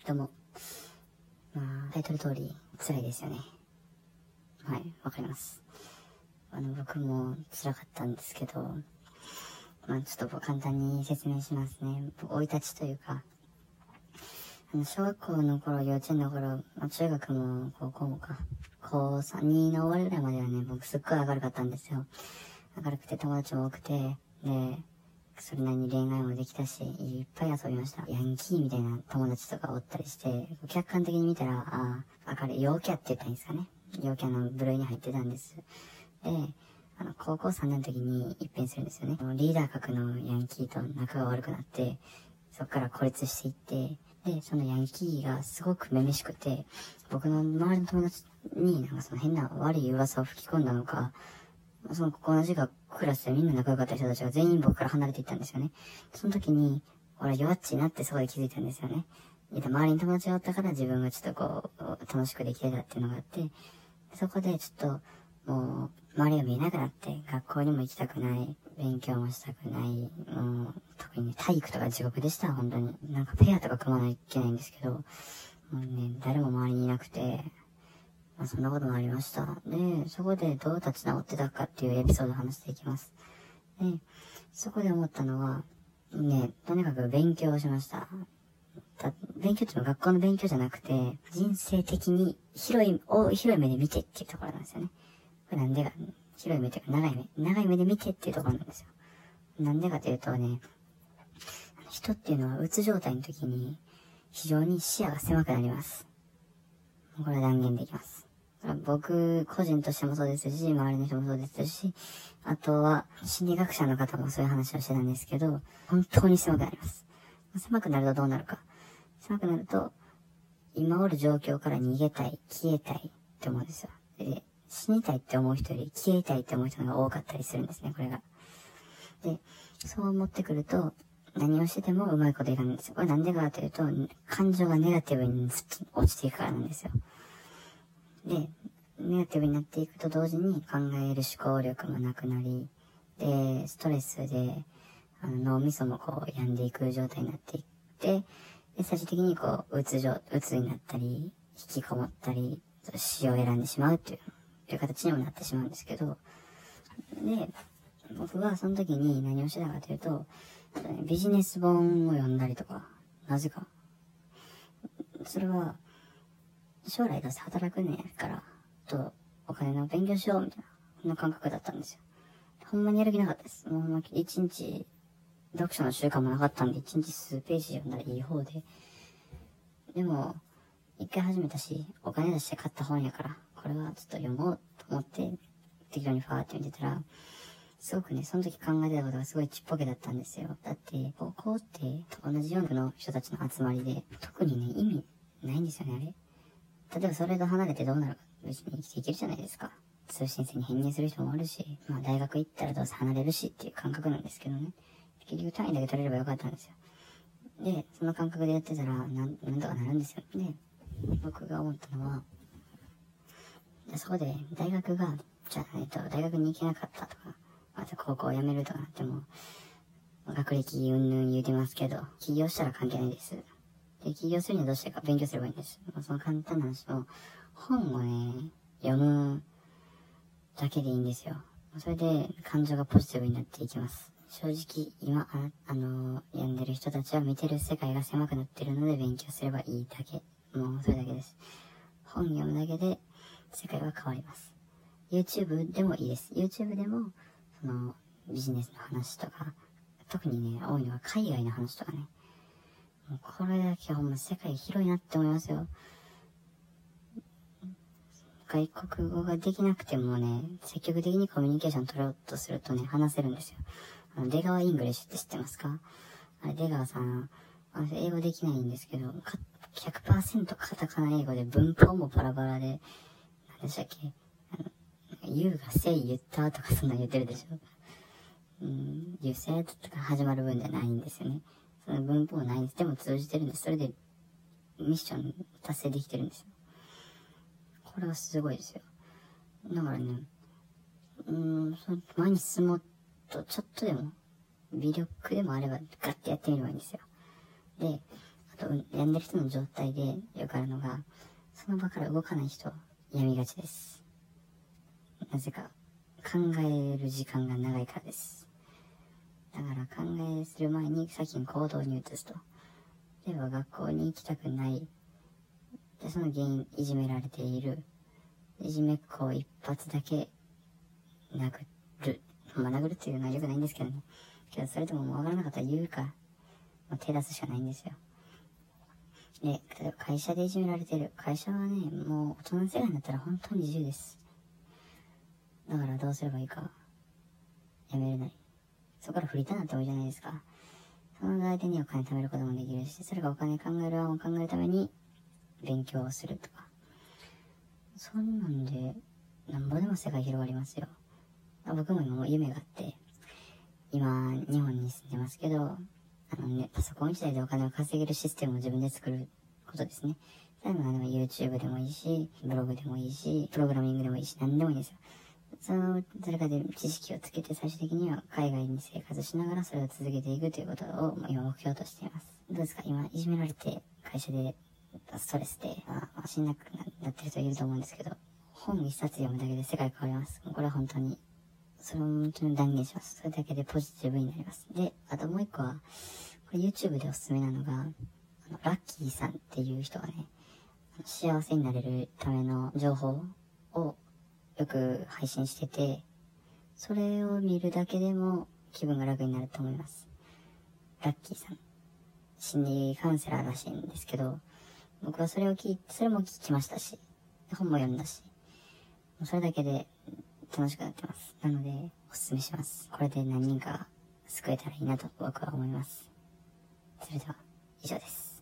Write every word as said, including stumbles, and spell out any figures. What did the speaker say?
どうも。まあ、タイトル通り辛いですよね。はい、わかります。あの、僕も辛かったんですけど、まあちょっと簡単に説明しますね。生い立ちというか、あの、小学校の頃、幼稚園の頃、まあ、中学も高校もか、高さん、にの終わりぐらいまではね、僕すっごい明るかったんですよ。明るくて友達も多くて、で、それなりに恋愛もできたし、いっぱい遊びました。ヤンキーみたいな友達とかおったりして、客観的に見たら、ああ、明るい、陽キャって言ったらいいんですかね。陽キャの部類に入ってたんです。で、あの、高校さんねんの時に一変するんですよね。リーダー格のヤンキーと仲が悪くなって、そこから孤立していって、で、そのヤンキーがすごくめめしくて、僕の周りの友達になんかその変な悪い噂を吹き込んだのか、その同じがクラスでみんな仲良かった人たちが全員僕から離れていったんですよね。その時に、俺は弱っちいなってそこで気づいたんですよね。で、周りに友達がおったから自分がちょっとこう、楽しくできてたっていうのがあって、そこでちょっと、もう、周りが見えなくなって、学校にも行きたくない、勉強もしたくない、もう、特に体育とか地獄でした、本当に。なんかペアとか組まないといけないんですけど、もうね、誰も周りにいなくて、まあ、そんなこともありました。で、そこでどう立ち直ってたかっていうエピソードを話していきます。で、そこで思ったのは、ね、とにかく勉強をしました。勉強っていうのは学校の勉強じゃなくて、人生的に広い、広い目で見てっていうところなんですよね。これなんでか、広い目というか長い目、長い目で見てっていうところなんですよ。なんでかというとね、人っていうのはうつ状態の時に非常に視野が狭くなります。これは断言できます。僕個人としてもそうですし、周りの人もそうですし、あとは心理学者の方もそういう話をしてたんですけど、本当に狭くなります。狭くなるとどうなるか。狭くなると、今おる状況から逃げたい、消えたいって思うんですよ。で、死にたいって思う人より消えたいって思う人が多かったりするんですね、これが。で、そう思ってくると、何をしててもうまいこといかないんですよ。これなんでかというと、感情がネガティブに落ちていくからなんですよ。で、ネガティブになっていくと同時に考える思考力もなくなり、で、ストレスで、あの脳みそもこう病んでいく状態になっていって、で、最終的にこう、うつ状、うつになったり、引きこもったり、死を選んでしまうっていう、という形にもなってしまうんですけど、で、僕はその時に何をしてたかというと、ビジネス本を読んだりとか、なぜか。それは、将来どうせ働くねやから、と、お金の勉強しようみたいな、そんな感覚だったんですよ。ほんまにやる気なかったです。もう一日、読書の習慣もなかったんで、一日数ページ読んだらいい方で。でも、一回始めたし、お金出して買った本やから、これはちょっと読もうと思って、適当にファーって見てたら、すごくね、その時考えてたことがすごいちっぽけだったんですよ。だって、高校って同じような人たちの集まりで、特にね、意味ないんですよね、あれ。例えばそれと離れてどうなるか、別に生きていけるじゃないですか。通信制に編入する人もあるし、まあ大学行ったらどうせ離れるしっていう感覚なんですけどね。結局単位だけ取れればよかったんですよ。で、その感覚でやってたら、なん、なんとかなるんですよ。で、僕が思ったのは、そこで大学が、じゃあ、えっと、大学に行けなかったとか、また高校を辞めるとかなっても、学歴うんぬん言うてますけど、起業したら関係ないです。で、起業するにはどうしてか勉強すればいいんです。その簡単な話の本をね、読むだけでいいんですよ。それで感情がポジティブになっていきます。正直、今、あ、あのー、読んでる人たちは見てる世界が狭くなってるので勉強すればいいだけ。もうそれだけです。本読むだけで世界は変わります。YouTube でもいいです。YouTube でも、その、ビジネスの話とか、特にね、多いのは海外の話とかね。もうこれだけほんま世界広いなって思いますよ。外国語ができなくてもね、積極的にコミュニケーション取ろうとするとね、話せるんですよ。あの、出川イングリッシュって知ってますか？あれ、出川さん、英語できないんですけど、ひゃくパーセント カタカナ英語で文法もバラバラで、何でしたっけ？あの、You が say 言ったとかそんな言ってるでしょ。うん、You said とか始まる文じゃないんですよね。その文法ないんです。でも通じてるんです。それでミッション達成できてるんですよ。これはすごいですよ。だからね、うーん、そ前に進もうと、ちょっとでも、微力でもあればガッてやってみればいいんですよ。で、 あと、病んでる人の状態でよくあるのが、その場から動かない人、病みがちです。なぜか、考える時間が長いからです。だから考えする前に先に行動に移すと。例えば学校に行きたくない。で、その原因、いじめられている。いじめっ子を一発だけ殴る。まあ殴るっていうのは良くないんですけどね。けどそれでももうわからなかったら言うか、もう手出すしかないんですよ。で、例えば会社でいじめられてる。会社はね、もう大人の世代になったら本当に自由です。だからどうすればいいか。やめれない。そこから振りたなってもいいじゃないですか。その間にお金貯めることもできるし、それがお金考える案を考えるために勉強をするとか。そんなんで、なんぼでも世界広がりますよ。僕も今も夢があって、今、日本に住んでますけど、あのね、パソコン一台でお金を稼げるシステムを自分で作ることですね。それも YouTube でもいいし、ブログでもいいし、プログラミングでもいいし、何でもいいんですよ。その、それかで知識をつけて最終的には海外に生活しながらそれを続けていくということを今目標としています。どうですか？今、いじめられて会社でストレスで、まあ、死んなくなってる人いると思うんですけど、本一冊読むだけで世界変わります。これは本当に、それを本当に断言します。それだけでポジティブになります。で、あともう一個は、これ YouTube でおすすめなのが、あのラッキーさんっていう人がね、幸せになれるための情報をよく配信してて、それを見るだけでも気分が楽になると思います。ラッキーさん。心理カウンセラーらしいんですけど、僕はそれを聞いて、それも聞きましたし、本も読んだし、それだけで楽しくなってます。なので、おすすめします。これで何人か救えたらいいなと僕は思います。それでは、以上です。